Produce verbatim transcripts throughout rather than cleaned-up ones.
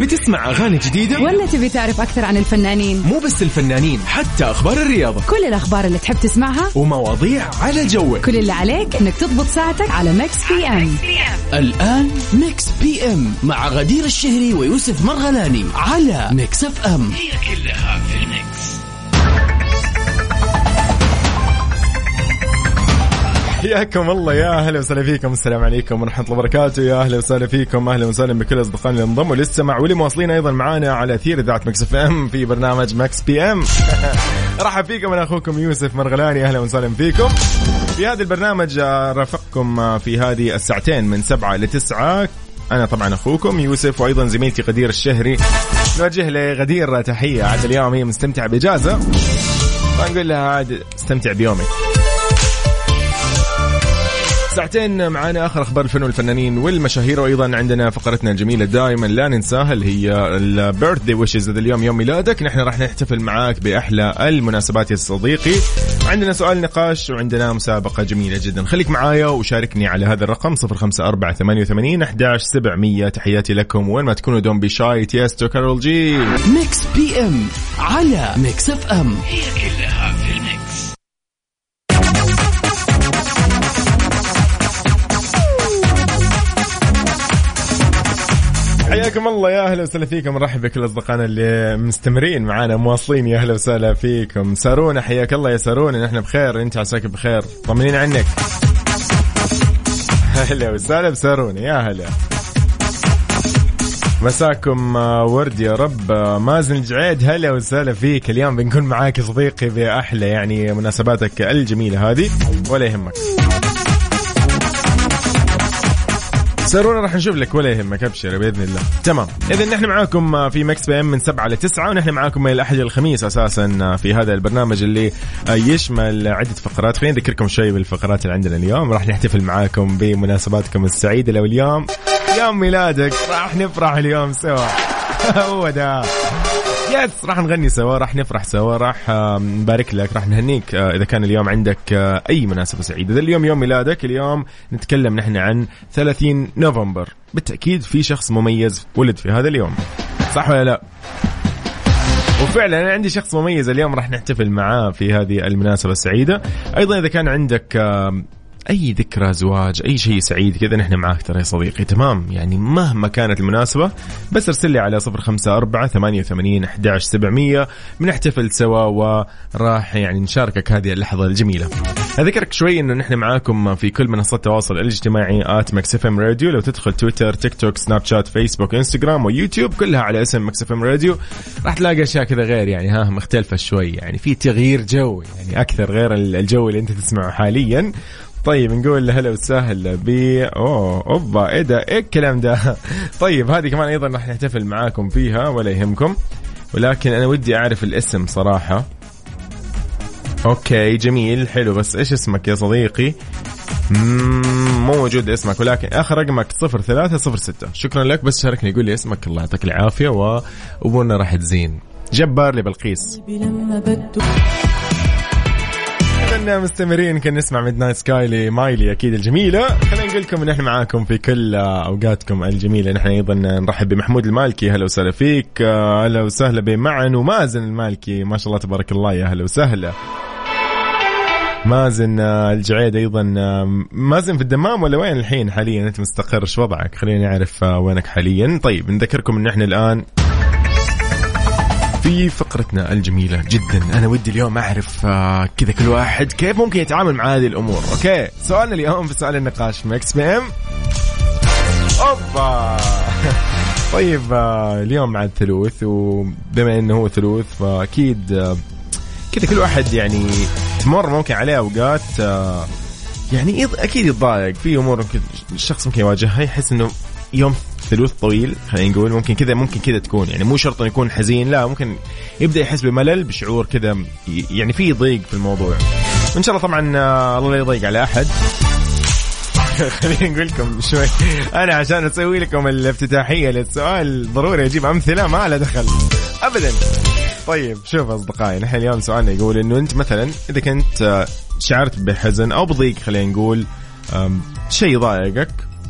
تبي تسمع أغاني جديدة ولا تبي تعرف أكثر عن الفنانين؟ مو بس الفنانين، حتى أخبار الرياضة، كل الأخبار اللي تحب تسمعها ومواضيع على جوك. كل اللي عليك إنك تضبط ساعتك على ميكس بي إم. الآن ميكس بي إم مع غدير الشهري ويوسف مرغلاني على ميكس اف ام. هي كلها في الميكس. حياكم الله، يا أهلا وسهلا فيكم، السلام عليكم ورحمة الله وبركاته، يا أهلا وسهلا فيكم، أهلا وسهلا بكل أصدقائنا اللي انضموا للسمع واللي مواصلين أيضا معانا على ثير إذاعة ميكس اف ام في برنامج ميكس بي ام. رحب فيكم، أنا أخوكم يوسف مرغلاني، أهلا وسهلا فيكم في هذا البرنامج. رافقكم في هذه الساعتين من سبعة لتسعة، أنا طبعا أخوكم يوسف وأيضا زميلتي غدير الشهري. نوجه لغدير تحية، عاد اليوم هي مستمتعة بإجازة، فنقول لها عاد استمتع بيومك. ساعتين معانا آخر أخبار الفن والفنانين والمشاهير، وأيضا عندنا فقرتنا الجميلة دائما لا ننساها اللي هي البيرثدي ويشز. هذا اليوم يوم ميلادك، نحن راح نحتفل معاك بأحلى المناسبات يا صديقي. عندنا سؤال نقاش وعندنا مسابقة جميلة جدا، خليك معايا وشاركني على هذا الرقم صفر خمسة أربعة ثمانية وثمانين أحد عشر سبعمية. تحياتي لكم وين ما تكونوا، دوم بشاي تيستو كارول جي. ميكس بي ام على ميكس اف ام، هي كلها في الميكس. حياكم الله، يا أهلا وسهلا فيكم، مرحب بكل أصدقائنا اللي مستمرين معانا مواصلين، يا أهلا وسهلا فيكم. سارونا، حياك الله يا سارونا، نحن بخير، أنت عساك بخير، طمنين عنك. أهلا وسهلا بسارونا، يا هلا، مساكم ورد يا رب. مازن الجعيد، هلا وسهلا فيك، اليوم بنكون معاك صديقي بأحلى يعني مناسباتك الجميلة هذه، ولا يهمك سارونا، راح نشوف لك ولا يهمك، ابشر باذن الله. تمام، اذا نحن معاكم في مكس بي ام من سبعة لتسعة، ونحن معاكم من الاحد الخميس اساسا في هذا البرنامج اللي يشمل عده فقرات. خلينا نذكركم شوي بالفقرات اللي عندنا اليوم. راح نحتفل معاكم بمناسباتكم السعيده، لو اليوم يوم ميلادك راح نفرح اليوم سوا. هو ده، يس، راح نغني سوا، راح نفرح سوا، راح نبارك لك، راح نهنيك إذا كان اليوم عندك أي مناسبة سعيدة. إذا اليوم يوم ميلادك، اليوم نتكلم نحن عن ثلاثين نوفمبر، بالتأكيد في شخص مميز ولد في هذا اليوم، صح ولا لا؟ وفعلا أنا عندي شخص مميز اليوم راح نحتفل معاه في هذه المناسبة السعيدة. أيضا إذا كان عندك أي ذكرى زواج، أي شيء سعيد كذا، نحن معك ترى يا صديقي، تمام؟ يعني مهما كانت المناسبة، بس ارسل لي على صفر خمسة أربعة ثمانية وثمانين أحد عشر سبعمية، بنحتفل سوا وراح يعني نشاركك هذه اللحظة الجميلة. أذكرك شوي إنه نحن معاكم في كل منصات التواصل الاجتماعي آت ميكس اف ام راديو. لو تدخل تويتر، تيك توك، سناب شات، فيسبوك، انستغرام ويوتيوب، كلها على اسم ميكس اف ام راديو، راح تلاقي أشياء كذا غير يعني ها مختلفة شوي، يعني في تغيير جو يعني أكثر غير الجو اللي أنت تسمعه حاليا. طيب نقول هلا وسهلا ب اوه اوبا ايه ده، ايه الكلام ده. طيب هذه كمان ايضا راح نحتفل معاكم فيها ولا يهمكم، ولكن انا ودي اعرف الاسم صراحة. اوكي جميل حلو، بس ايش اسمك يا صديقي؟ مو موجود اسمك، ولكن اخر رقمك صفر ثلاثة صفر ستة. شكرا لك، بس شاركني يقول لي اسمك، الله يعطيك العافية، وابونا راح تزين. جبار لبلقيس. كنا مستمرين، كنا نسمع ميدنايت سكاي لمايلي أكيد الجميلة. خلينا نقول لكم إن إحنا معاكم في كل أوقاتكم الجميلة. نحن أيضا نرحب بمحمود المالكي، هلا وسهلا فيك، هلا وسهلا بمعن ومازن المالكي، ما شاء الله تبارك الله، يا هلا وسهلا. مازن الجعيد أيضا، مازن في الدمام ولا وين الحين حاليا؟ أنت مستقر، إيش وضعك؟ خلينا نعرف وينك حاليا. طيب نذكركم إن إحنا الآن في فقرتنا الجميلة جدا. أنا ودي اليوم أعرف آه كذا كل واحد كيف ممكن يتعامل مع هذه الأمور. أوكي، سؤالنا اليوم في سؤال النقاش ميكس بي ام. أوبا. طيب آه اليوم مع الثلوث، وبما أنه هو ثلوث فأكيد آه كذا كل واحد يعني تمر ممكن عليه أوقات آه يعني أكيد يتضايق في أمور ممكن الشخص ممكن يواجهها، يحس أنه يوم ثلوث طويل، خلينا نقول ممكن كذا ممكن كذا تكون، يعني مو شرط يكون حزين، لا ممكن يبدأ يحس بملل، بشعور كذا يعني في ضيق في الموضوع. وإن شاء الله طبعا الله لا يضيق على أحد. خلينا نقول لكم شوي، أنا عشان أسوي لكم الافتتاحية للسؤال ضروري أجيب أمثلة ما له دخل أبدا. طيب شوف أصدقائي، نحن اليوم سؤالنا يقول إنه أنت مثلا إذا كنت شعرت بحزن أو بضيق، خلينا نقول شيء ضايقك،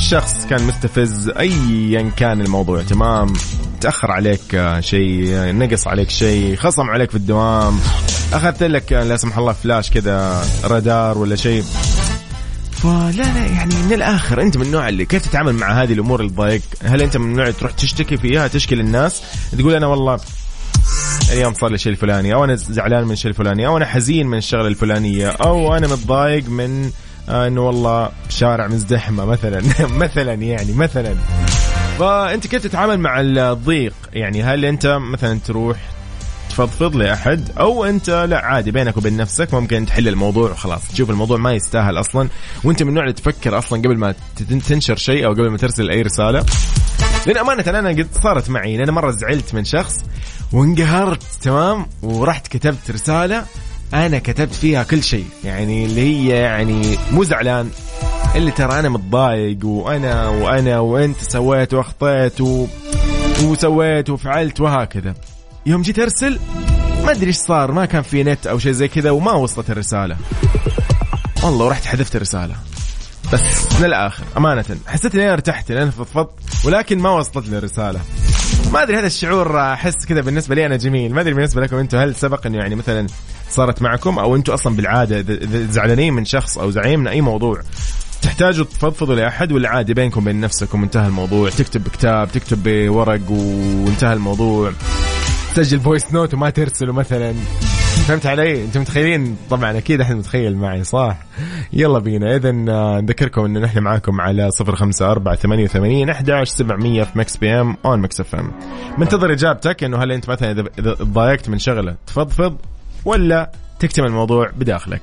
شخص كان مستفز أيا كان الموضوع، تمام، تأخر عليك شيء، نقص عليك شيء، خصم عليك في الدوام، أخذت لك لا سمح الله فلاش كذا رادار ولا شيء، فلا لا يعني من الآخر أنت من النوع اللي كيف تتعامل مع هذه الأمور اللي تضايق؟ هل أنت من النوع تروح تشتكي فيها، تشكي للناس، تقول أنا والله اليوم صار لي شيء الفلاني، أو أنا زعلان من الشيء الفلاني، أو أنا حزين من الشغلة الفلانية، أو أنا متضايق من آه إنه والله شارع مزدحمة مثلا مثلا يعني مثلا. فأنت كيف تتعامل مع الضيق؟ يعني هل أنت مثلا تروح تفضفض لأحد، أو أنت لا عادي بينك وبين نفسك ممكن تحل الموضوع وخلاص، تشوف الموضوع ما يستاهل أصلا، وأنت من النوع اللي تفكر أصلا قبل ما تنشر شيء أو قبل ما ترسل أي رسالة؟ لأن أمانة أنا قد صارت معي، أنا مرة زعلت من شخص وانقهرت، تمام، ورحت كتبت رسالة أنا كتبت فيها كل شيء، يعني اللي هي يعني مو زعلان، اللي ترى أنا متضايق وأنا وأنا وأنت سويت وأخطيت و... وسويت وفعلت وهكذا. يوم جيت أرسل ما أدري إيش صار، ما كان في نت أو شيء زي كذا وما وصلت الرسالة، والله ورحت حذفت الرسالة. بس من الآخر أمانة حسيت إني ارتحت لأن فضفضت، ولكن ما وصلت لي الرسالة. ما أدري هذا الشعور أحس كذا بالنسبة لي أنا جميل، ما أدري بالنسبة لكم أنتم هل سبق إنه يعني مثلا صارت معكم، أو أنتم أصلا بالعادة زعلانين من شخص أو زعلانين من أي موضوع تحتاجوا تفضفضوا لأحد، ولا عادي بينكم بين نفسكم وانتهى الموضوع؟ تكتب بكتاب، تكتب بورق وانتهى الموضوع، تسجل فويس نوت وما ترسله مثلا. فهمت علي؟ انتم متخيلين طبعا اكيد احنا متخيل معي صح. يلا بينا اذا نذكركم انه نحن معاكم على صفر خمسة أربعة ثمانية ثمانين أحد عشر سبعمية في مكس بي ام اون مكس اف ام. منتظر اجابتك انه هل انت مثلا اذا ضايقت من شغله تفضفض ولا تكتم الموضوع بداخلك.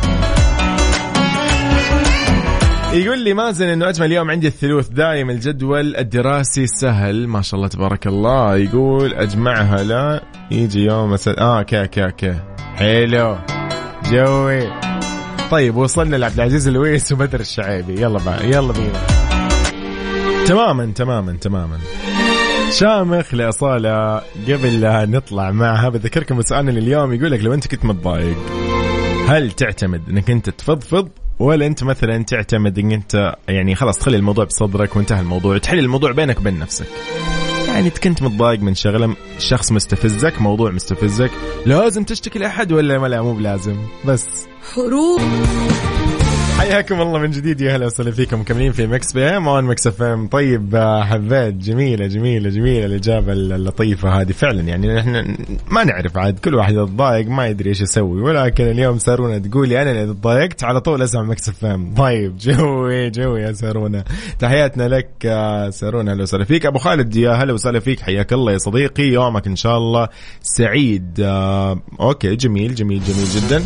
يقول لي مازن انه اجمل يوم عندي الثلوث، دايم الجدول الدراسي سهل ما شاء الله تبارك الله. يقول اجمعها لا يجي يوم أسد... اه اوكي اوكي اوكي حلو جوي. طيب وصلنا لعبد العزيز الويس وبدر الشعيبي. يلا بقى يلا بينا. تماما تماما تماما شامخ لأصالة. قبل لا نطلع معها بذكركم بسؤالنا لليوم، يقول لك لو انت كنت متضايق هل تعتمد انك انت تفضفض، ولا انت مثلا تعتمد ان انت يعني خلاص تخلي الموضوع بصدرك وانتهى الموضوع، تحل الموضوع بينك وبين نفسك؟ يعني كنت متضايق من شغله، شخص مستفزك، موضوع مستفزك، لازم تشتكي لأحد ولا ما لا مو بلازم؟ بس حروب. حياكم الله من جديد، يا هلا وسهلا فيكم، مكملين في مكس بي ام اون مكس اف ام. طيب حبيت جميله جميله جميله الاجابه اللطيفه هذه فعلا. يعني احنا ما نعرف عاد، كل واحد يتضايق ما يدري ايش يسوي، ولكن اليوم سارونا تقولي انا اذا تضايقت على طول اسمع مكس اف ام. طيب جوي جوي يا سارونا، تحياتنا لك سارونا، هلا وسهلا فيك. ابو خالد يا هلا وسهلا فيك، حياك الله يا صديقي، يومك ان شاء الله سعيد. آه، اوكي جميل جميل جميل جدا.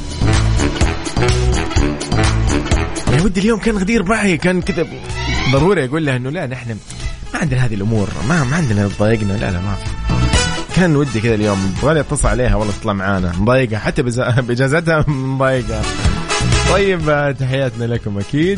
يا ودي اليوم كان غدير معي، كان كذا ضروري أقول له إنه لا نحن ما عندنا هذه الأمور، ما ما عندنا ضايقنا، لا لا ما في. كان ودي كذا اليوم بغالي اتصل عليها والله تطلع معانا، مضايقة حتى بإجازتها مضايقة. طيب تحياتنا لكم أكيد.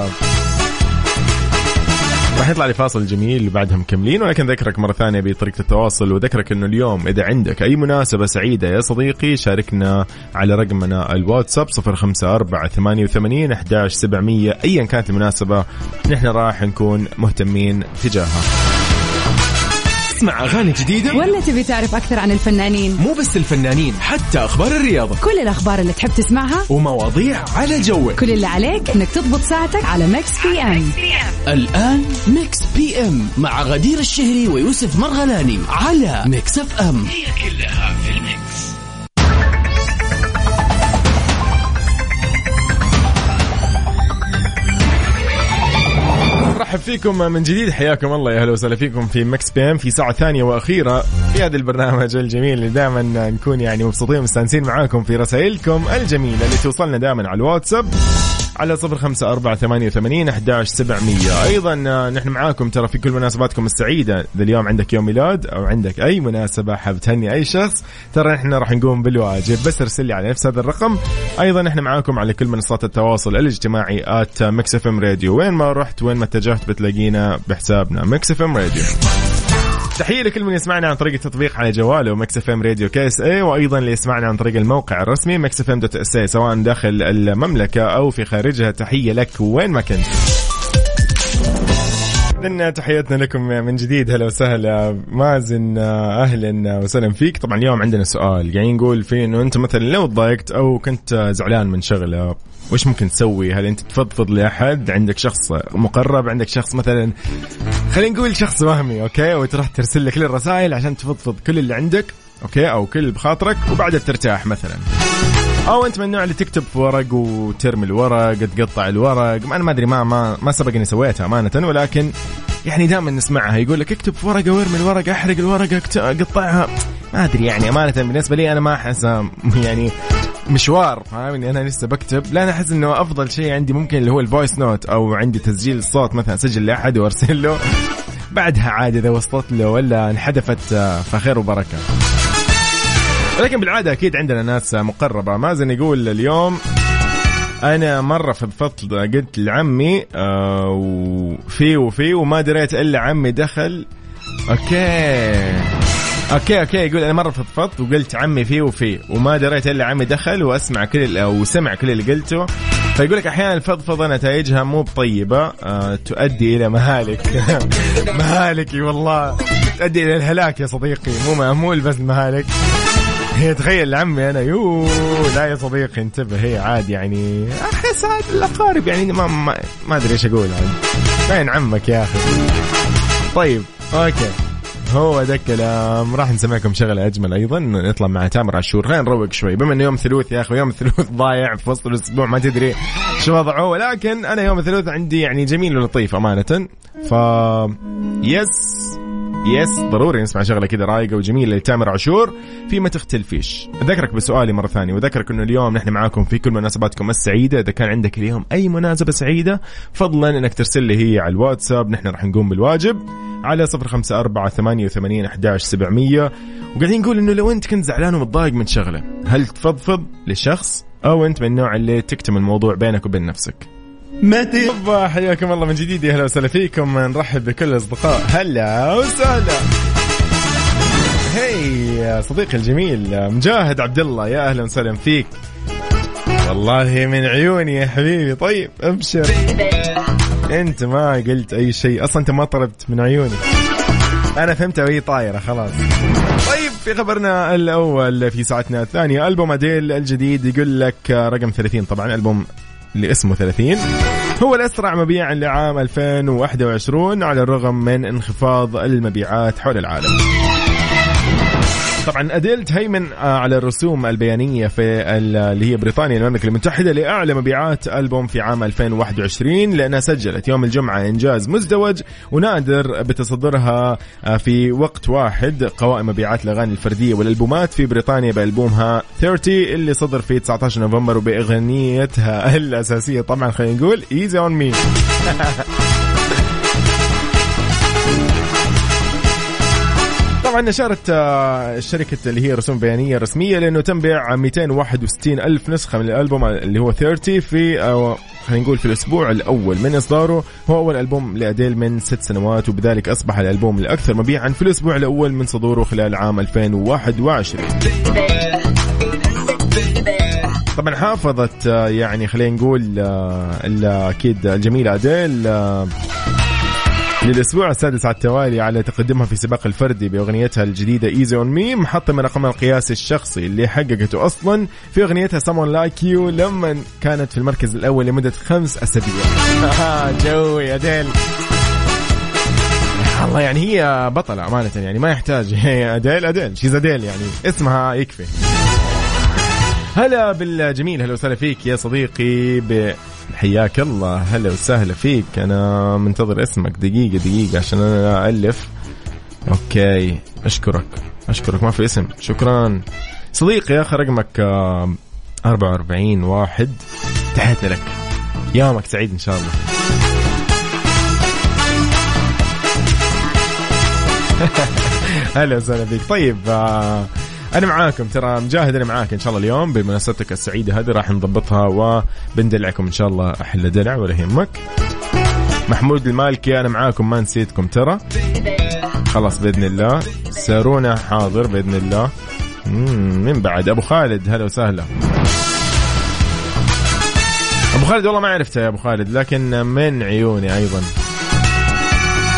راح يطلع لي فاصل جميل وبعدها مكملين، ولكن ذكرك مرة ثانية بطريقة التواصل، وذكرك إنه اليوم إذا عندك أي مناسبة سعيدة يا صديقي شاركنا على رقمنا الواتساب صفر خمسة أربعة ثمانية وثمانين أحد عشر سبعمية. أيا كانت المناسبة نحن راح نكون مهتمين تجاهها. اسمع أغاني جديدة ولا تبي تعرف أكثر عن الفنانين؟ مو بس الفنانين، حتى أخبار الرياضة، كل الأخبار اللي تحب تسمعها ومواضيع على جوك. كل اللي عليك إنك تضبط ساعتك على ميكس بي ام. الآن ميكس بي ام مع غدير الشهري ويوسف مرغلاني على ميكس اف ام. هي كلها في الميكس. مرحب فيكم من جديد، حياكم الله، يا هلا وسهلا فيكم في مكس بي ام في ساعة ثانية وأخيرة في هذا البرنامج الجميل اللي دائما نكون يعني مبسوطين ومستانسين معاكم في رسائلكم الجميلة اللي توصلنا دائما على الواتساب على صفر خمسة أربعة ثمانية وثمانين أحد عشر سبعمية. أيضا نحن معاكم ترى في كل مناسباتكم السعيدة. إذا اليوم عندك يوم ميلاد أو عندك أي مناسبة حاب تهني أي شخص، ترى نحن راح نقوم بالواجب، بس ارسل لي على نفس هذا الرقم. أيضا نحن معاكم على كل منصات التواصل الاجتماعي آت ميكس اف ام راديو، وين ما رحت وين ما اتجهت بتلاقينا بحسابنا ميكس اف ام راديو. تحية لكل من يسمعنا عن طريق التطبيق على جواله ميكس اف ام راديو كي اس اي، وايضا اللي يسمعنا عن طريق الموقع الرسمي ميكس اف ام دوت اس اي سواء داخل المملكة او في خارجها. تحية لك وين ما كنت. لنا تحياتنا لكم من جديد. هلا وسهلا مازن، اهلا وسهلا فيك. طبعا اليوم عندنا سؤال قاعدين نقول فيه انه انت مثلا لو تضايقت او كنت زعلان من شغله وش ممكن تسوي؟ هل انت تفضفض لاحد؟ عندك شخص مقرب، عندك شخص مثلا خلينا نقول شخص وهمي اوكي، وتروح ترسل له كل الرسائل عشان تفضفض كل اللي عندك اوكي او كل بخاطرك وبعدها ترتاح مثلا، او انت من النوع اللي تكتب في ورق وترمي الورق تقطع الورق. انا ما ادري ما ما ما سبق اني سويتها امانه، ولكن يعني دائما نسمعها يقول لك اكتب في ورقه وارمي الورقه، احرق الورقه قطعها. ما ادري يعني امانه بالنسبه لي انا ما احس يعني مشوار فاهمني، انا لسه بكتب. لا انا احس انه افضل شيء عندي ممكن اللي هو الفويس نوت، او عندي تسجيل الصوت مثلا اسجل لاحد وارسل له بعدها عادي اذا وصلت له ولا انحذفت فخير وبركه. ولكن بالعاده اكيد عندنا ناس مقربه. مازن يقول اليوم انا مره فضفضت قلت لعمي آه وفي وفي وما دريت الا عمي دخل. اوكي اوكي اوكي يقول انا مره فضفضت وقلت عمي فيه وفيه وما دريت الا عمي دخل واسمع كل او سمع كل اللي قلته. فيقول لك احيانا الفضفضه نتائجها مو بطيبه، أه تؤدي الى مهالك. مهالك والله تؤدي الى الهلاك يا صديقي، مو مو بس المهالك. هي تخيل عمي انا يو لا يا صديقي انتبه، هي عاد يعني احس عاد الاقارب يعني ما ما, ما ادري ايش اقول عاد باين عمك يا اخي. طيب اوكي هو ده الكلام. راح نسمعكم شغله اجمل ايضا، نطلع مع تامر عاشور. خلينا نروق شوي بما انه يوم ثلوث يا اخي، يوم الثلوث ضايع في وسط الاسبوع ما تدري شو وضعه، ولكن انا يوم الثلوث عندي يعني جميل ولطيف امانه. ف يس يس ضروري نسمع شغله كذا رايقه وجميله لتامر عاشور في ما تختلفيش. اذكرك بسؤالي مره ثانيه، وذكرك انه اليوم نحن معاكم في كل مناسباتكم السعيده. اذا كان عندك اليوم اي مناسبه سعيده فضلا انك ترسل لي هي على الواتساب، نحن راح نقوم بالواجب على صفر خمسة أربعة ثمانية وثمانين أحد عشر سبعمية. وقاعدين نقول انه لو انت كنت زعلان ومتضايق من شغله، هل تفضفض لشخص او انت من النوع اللي تكتم الموضوع بينك وبين نفسك؟ متى حياكم الله من جديد، يا هلا وسهلا فيكم. نرحب بكل الأصدقاء. هلا وسهلا. هي صديقي الجميل مجاهد عبد الله، يا أهلا وسهلا فيك. والله من عيوني يا حبيبي. طيب أبشر، أنت ما قلت أي شيء أصلا، أنت ما طلبت من عيوني، أنا فهمت وهي طايرة خلاص. طيب في خبرنا الأول في ساعتنا الثانية، ألبوم أديل الجديد يقول لك رقم ثلاثين. طبعا ألبوم اللي اسمه ثلاثين هو الأسرع مبيعا لعام ألفين وواحد وعشرين على الرغم من انخفاض المبيعات حول العالم. طبعا أديل تهيمن على الرسوم البيانية في اللي هي بريطانيا المملكة المتحدة لأعلى مبيعات ألبوم في عام ألفين وواحد وعشرين، لأنها سجلت يوم الجمعة إنجاز مزدوج ونادر بتصدرها في وقت واحد قوائم مبيعات الأغاني الفردية والألبومات في بريطانيا بألبومها ثلاثين اللي صدر في تسعة عشر نوفمبر، وبأغنيتها الأساسية طبعا خلينا نقول Easy on Me. طبعا نشرت الشركة اللي هي رسوم بيانية رسمية لأنه تم بيع مئتين وواحد وستين ألف نسخة من الألبوم اللي هو ثلاثين في خلينا نقول في الأسبوع الأول من إصداره. هو أول ألبوم لأديل من ست سنوات، وبذلك أصبح الألبوم الأكثر مبيعا في الأسبوع الأول من صدوره خلال عام ألفين وواحد وعشرين. طبعا حافظت يعني خلينا نقول أكيد الجميلة أديل للأسبوع السادس على التوالي على تقدمها في سباق الفردي بأغنيتها الجديدة Easy on Me، محطمة رقمها القياسي الشخصي اللي حققته أصلا في أغنيتها Someone Like You لما كانت في المركز الأول لمدة خمس أسابيع. جوي أديل الله، يعني هي بطلة أمانة، يعني ما يحتاج هي أديل أديل شيز أديل يعني اسمها يكفي. هلا بالجميل، هلا وسهلا فيك يا صديقي، حياك الله، هلا وسهلا فيك. أنا منتظر اسمك دقيقة دقيقة عشان أنا ألف. أوكي أشكرك أشكرك ما في اسم، شكرا صديقي. آخر رقمك أربعة وأربعين واحد، تحياتنا لك، يومك سعيد إن شاء الله. هلا وسهلا فيك. طيب أنا معاكم ترى مجاهد، أنا معاك إن شاء الله اليوم بمناسبتك السعيدة هذه راح نضبطها وبندلعكم إن شاء الله. أحلى دلع ولا يهمك. محمود المالكي أنا معاكم ما نسيتكم ترى، خلاص بإذن الله. سارونا حاضر بإذن الله. من بعد أبو خالد هلا وسهلا. أبو خالد والله ما عرفته يا أبو خالد، لكن من عيوني أيضا.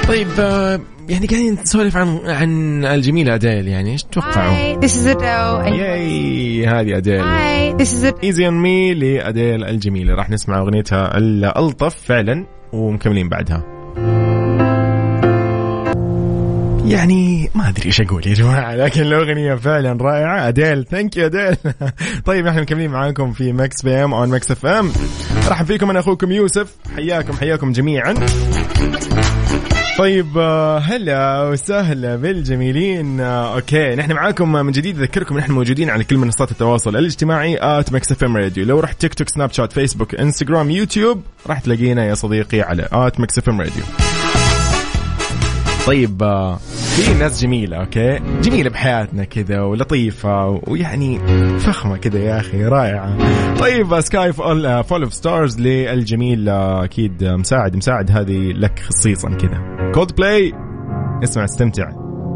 طيب يعني قاعدين نسولف عن عن الجميلة أديل، يعني إيش تتوقعوا؟ This is Adele. ياي هذه أديل. Hi, this is Easy on me لأديل الجميلة. راح نسمع أغنيتها الألطف فعلا ومكملين بعدها. يعني ما أدري إيش أقول يا جماعة، لكن الأغنية فعلا رائعة. أديل ثانك يو أديل. طيب احنا مكملين معاكم في ماكس بي ام اون ماكس اف ام. رحب فيكم أنا أخوكم يوسف، حياكم حياكم جميعا. طيب هلا وسهلا بالجميلين. اوكي نحن معاكم من جديد. اذكركم نحن موجودين على كل منصات التواصل الاجتماعي آت ميكس اف ام راديو. لو رحت تيك توك سناب شات فيسبوك انستغرام يوتيوب راح تلاقينا يا صديقي على آت ميكس اف ام راديو. طيب في ناس جميلة، اوكي جميلة بحياتنا كذا ولطيفة ويعني فخمة كذا يا اخي، رائعة. طيب سكاي فول فول اوف ستارز للجميل اكيد مساعد مساعد هذه لك خصيصا كذا. كولد بلاي اسمع استمتع.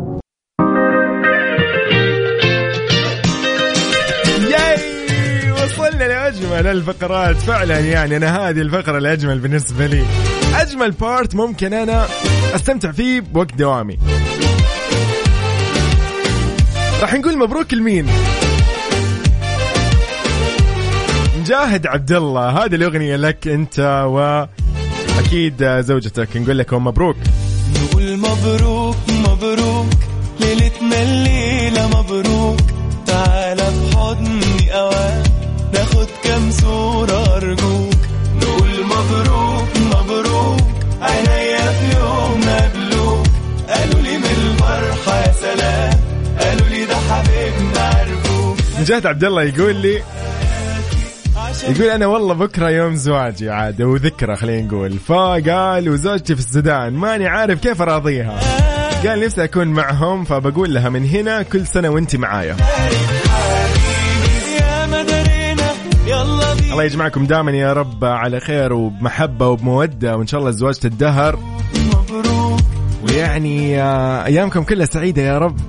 ياي وصلنا لأجمل الفقرات فعلا، يعني أنا هذه الفقرة الأجمل بالنسبة لي، أجمل بارت ممكن أنا أستمتع فيه بوقت دوامي. راح نقول مبروك لمين؟ مجاهد عبد الله، هذه الأغنية لك أنت وأكيد زوجتك، نقول لكم مبروك. نقول مبروك مبروك ليلتنا الليلة مبروك، تعالى بحضني أوان ناخد كام صورة أرجوك. نقول مبروك مبروك عينيا في يوم قبلوك، قالوا لي من الفرحة يا سلام، قالوا لي ده حبيبنا عرفوك. مجاهد عبد الله يقول لي يقول أنا والله بكرة يوم زواجي عاد وذكرى خلينا نقول، فقال وزوجتي في السودان ماني عارف كيف أراضيها، قال نفسي أكون معهم فبقول لها من هنا كل سنة وانتي معايا. الله يجمعكم دائما يا رب على خير وبمحبة وبمودة، وإن شاء الله الزواج تدهر ويعني أيامكم كلها سعيدة يا رب.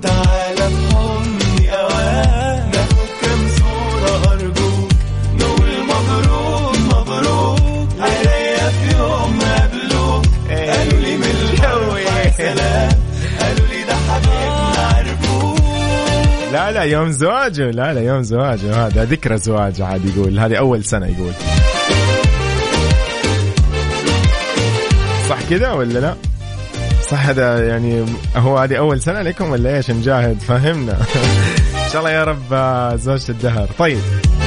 لا لا يوم زواجه، لا لا يوم زواجه، هذا ذكرى زواج عاد يقول، هذه أول سنة يقول، صح كده ولا لا؟ صح هذا يعني هو هذه أول سنة لكم ولا إيش؟ نجاهد فهمنا. إن شاء الله يا رب زوجة الدهر. طيب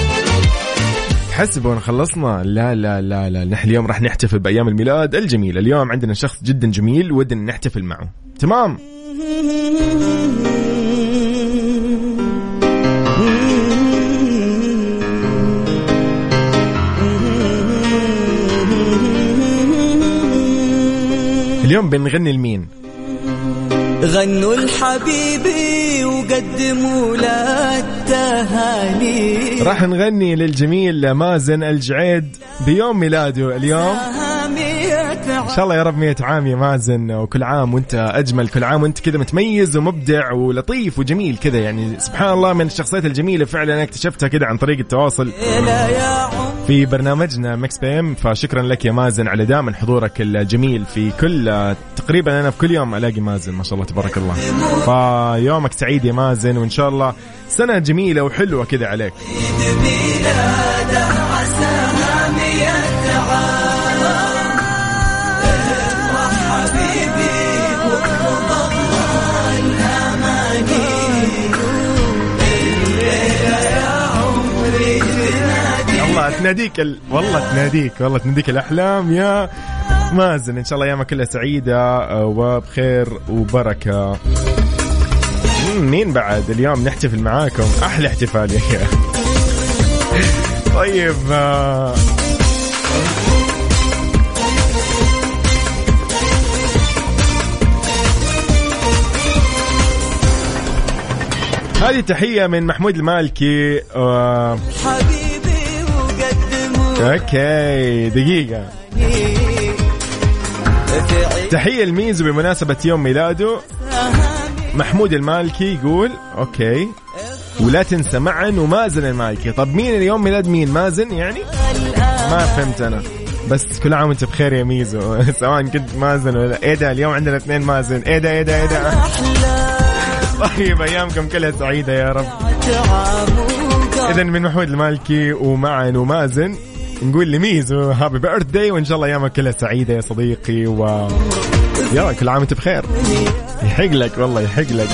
حسبوا خلصنا؟ لا لا لا لا نحن اليوم راح نحتفل بأيام الميلاد الجميلة. اليوم عندنا شخص جدا جميل ودنا نحتفل معه. تمام. اليوم بنغني لمين؟ غنوا الحبيبي وقدموا له التهاني. راح نغني للجميل مازن الجعيد بيوم ميلاده اليوم. إن شاء الله يا رب مية عام يا مازن، وكل عام وانت أجمل، كل عام وانت كذا متميز ومبدع ولطيف وجميل كذا، يعني سبحان الله من الشخصيات الجميلة فعلا أنا اكتشفتها كذا عن طريق التواصل في برنامجنا مكس بي ام. فشكرا لك يا مازن على دائما حضورك الجميل في كل، تقريبا أنا في كل يوم ألاقي مازن ما شاء الله تبارك الله. فيومك سعيد يا مازن، وإن شاء الله سنة جميلة وحلوة كذا عليك. والله تناديك ال... والله تناديك والله تناديك الأحلام يا مازن. إن شاء الله أيامك كلها سعيدة وبخير وبركة. مين بعد اليوم نحتفل معاكم؟ أحلى احتفال يا أخي. طيب هذه تحية من محمود المالكي. آه... اوكي دقيقة، تحية الميزو بمناسبة يوم ميلاده. محمود المالكي يقول اوكي ولا تنسى معا ومازن المالكي. طب مين اليوم ميلاد مين؟ مازن يعني؟ ما فهمت انا. بس كل عام وانت بخير يا ميزو. سواء كنت مازن ولا ايه ده، اليوم عندنا اثنين مازن. ايه ده ايه ده ايه ده. طيب ايامكم كلها سعيده يا رب. اذا من محمود المالكي ومعن ومازن نقول لميزو هابي بيرثداي، وان شاء الله ايامك كلها سعيده يا صديقي، و يا كل عام وانت بخير. يحق لك والله يحق لك.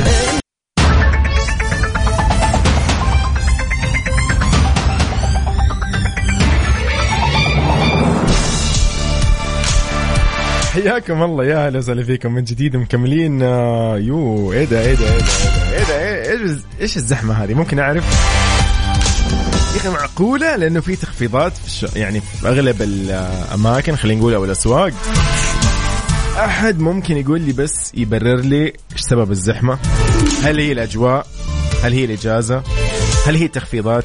حياكم الله يا اهلا وسهلا فيكم من جديد. مكملين. يو ايه ده ايه ده ايه ده ايه ده ايه ده ايش الزحمه هذه؟ ممكن اعرف يا اخي؟ معقوله؟ لانه في تخفيضات في الش... يعني في اغلب الاماكن خلينا نقول او الاسواق. احد ممكن يقول لي بس يبرر لي ايش سبب الزحمه؟ هل هي الاجواء؟ هل هي الاجازه؟ هل هي تخفيضات؟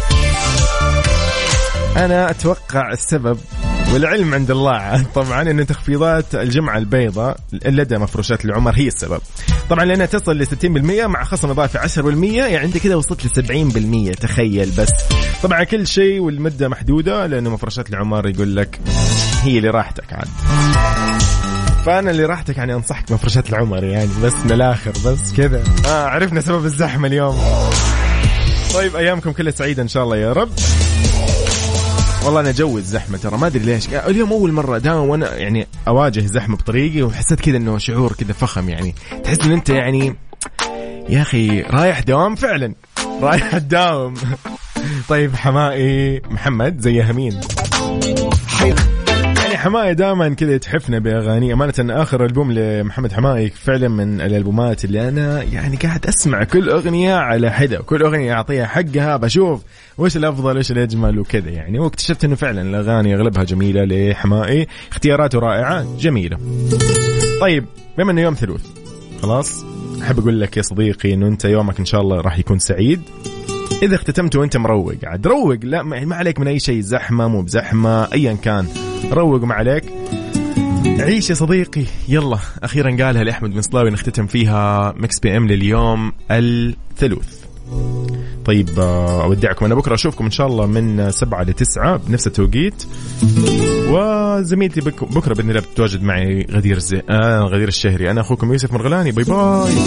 انا اتوقع السبب والعلم عند الله طبعا ان تخفيضات الجمعة البيضاء لدى مفروشات العمر هي السبب طبعا، لانها تصل ل ستين بالمئة مع خصم اضافي عشرة بالمئة، يعني انت كده وصلت ل سبعين بالمئة. تخيل بس. طبعا كل شيء والمدة محدودة، لانه مفروشات العمر يقول لك هي اللي راحتك عاد. فانا اللي راحتك يعني انصحك مفروشات العمر يعني، بس من الاخر بس كذا. اه عرفنا سبب الزحمة اليوم. طيب ايامكم كلها سعيدة ان شاء الله يا رب. والله أنا جو الزحمة ترى، ما أدري ليش اليوم أول مرة داوم وأنا يعني أواجه زحمة بطريقي، وحسيت كذا إنه شعور كذا فخم، يعني تحس إن أنت يعني يا أخي رايح دوام فعلا، رايح الدوام. طيب حمائي محمد زي همين يعني حمائي دائما كذا يتحفنا بأغاني. أمانة آخر ألبوم لمحمد حمائي فعلا من الألبومات اللي أنا يعني قاعد أسمع كل أغنية على حدة، كل أغنية أعطيها حقها، بشوف وإيش الأفضل وإيش الأجمل وكذا يعني. واكتشفت إنه فعلا الأغاني أغلبها جميلة لحمائي، اختياراته رائعة جميلة. طيب بما إنه يوم ثلاث خلاص، أحب أقول لك يا صديقي إنه أنت يومك إن شاء الله راح يكون سعيد إذا اختتمت وأنت مروق. عاد روق، لا ما عليك من أي شيء، زحمة مو بزحمة أيا كان، روق ما عليك، عيش يا صديقي. يلا أخيرا قالها لأحمد بن صلاوي نختتم فيها مكس بي ام لليوم الثلاث. طيب أودعكم، أنا بكرة أشوفكم إن شاء الله من سبعة لتسعة بنفس التوقيت، وزميلتي بكرة بإذن الله بتواجد معي غدير الزي... آه غدير الشهري. أنا أخوكم يوسف مرغلاني، باي باي.